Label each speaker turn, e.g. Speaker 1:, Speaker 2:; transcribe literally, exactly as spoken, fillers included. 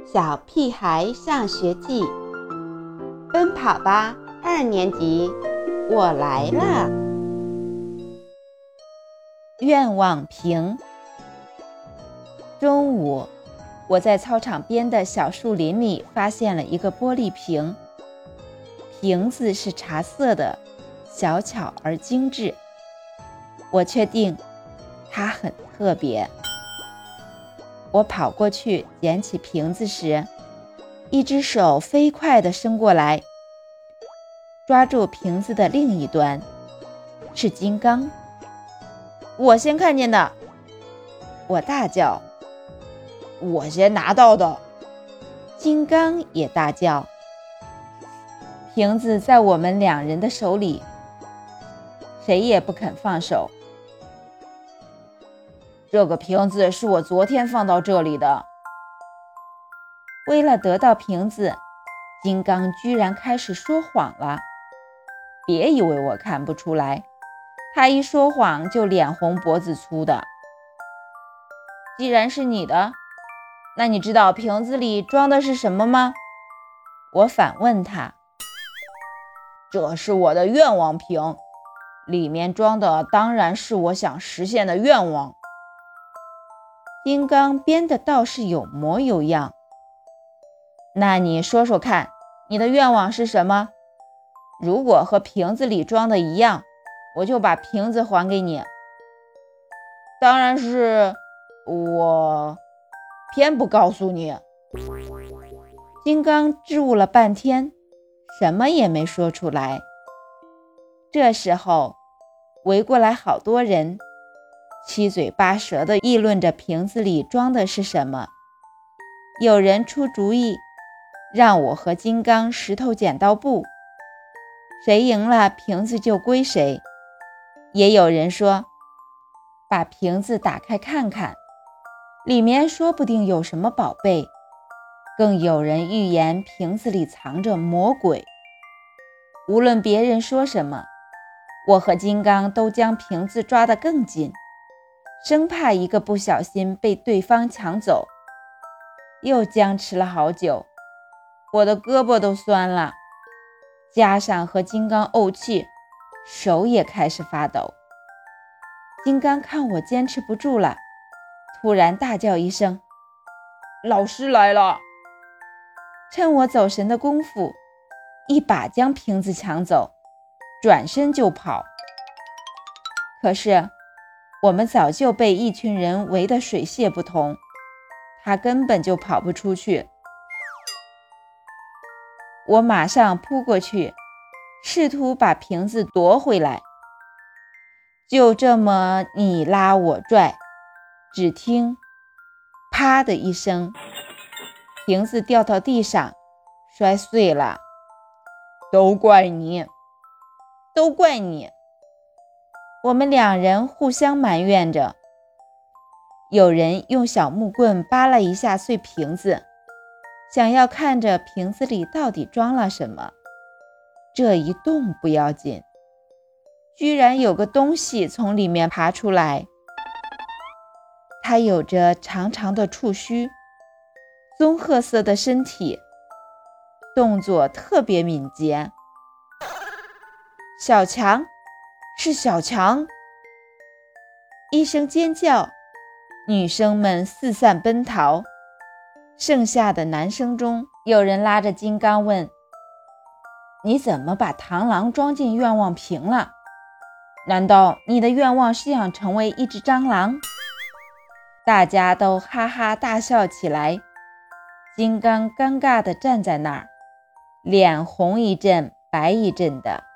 Speaker 1: 小屁孩上学记，奔跑吧二年级，我来了。愿望瓶。中午，我在操场边的小树林里发现了一个玻璃瓶，瓶子是茶色的，小巧而精致。我确定它很特别。我跑过去捡起瓶子时，一只手飞快地伸过来，抓住瓶子的另一端，是金刚。我先看见的，我大叫。
Speaker 2: 我先拿到的，
Speaker 1: 金刚也大叫。瓶子在我们两人的手里，谁也不肯放手。
Speaker 2: 这个瓶子是我昨天放到这里的。
Speaker 1: 为了得到瓶子，金刚居然开始说谎了。别以为我看不出来，他一说谎就脸红脖子粗的。
Speaker 2: 既然是你的，那你知道瓶子里装的是什么吗？
Speaker 1: 我反问他。
Speaker 2: 这是我的愿望瓶，里面装的当然是我想实现的愿望。
Speaker 1: 金刚编的倒是有模有样。那你说说看，你的愿望是什么？如果和瓶子里装的一样，我就把瓶子还给你。
Speaker 2: 当然是我偏不告诉你。
Speaker 1: 金刚支吾了半天，什么也没说出来。这时候，围过来好多人，七嘴八舌地议论着瓶子里装的是什么。有人出主意，让我和金刚石头剪刀布，谁赢了瓶子就归谁。也有人说，把瓶子打开看看，里面说不定有什么宝贝。更有人预言瓶子里藏着魔鬼。无论别人说什么，我和金刚都将瓶子抓得更紧，生怕一个不小心被对方抢走。又僵持了好久，我的胳膊都酸了，加上和金刚怄气，手也开始发抖。金刚看我坚持不住了，突然大叫一声：
Speaker 2: 老师来了！
Speaker 1: 趁我走神的功夫，一把将瓶子抢走，转身就跑。可是我们早就被一群人围得水泄不通，他根本就跑不出去。我马上扑过去，试图把瓶子夺回来。就这么你拉我拽，只听啪的一声，瓶子掉到地上，摔碎了。
Speaker 2: 都怪你，
Speaker 1: 都怪你！我们两人互相埋怨着。有人用小木棍扒了一下碎瓶子，想要看着瓶子里到底装了什么。这一动不要紧，居然有个东西从里面爬出来。它有着长长的触须，棕褐色的身体，动作特别敏捷。小强，是小强！一声尖叫，女生们四散奔逃。剩下的男生中，有人拉着金刚问：你怎么把螳螂装进愿望瓶了？难道你的愿望是想成为一只蟑螂？大家都哈哈大笑起来。金刚尴尬地站在那儿，脸红一阵白一阵的。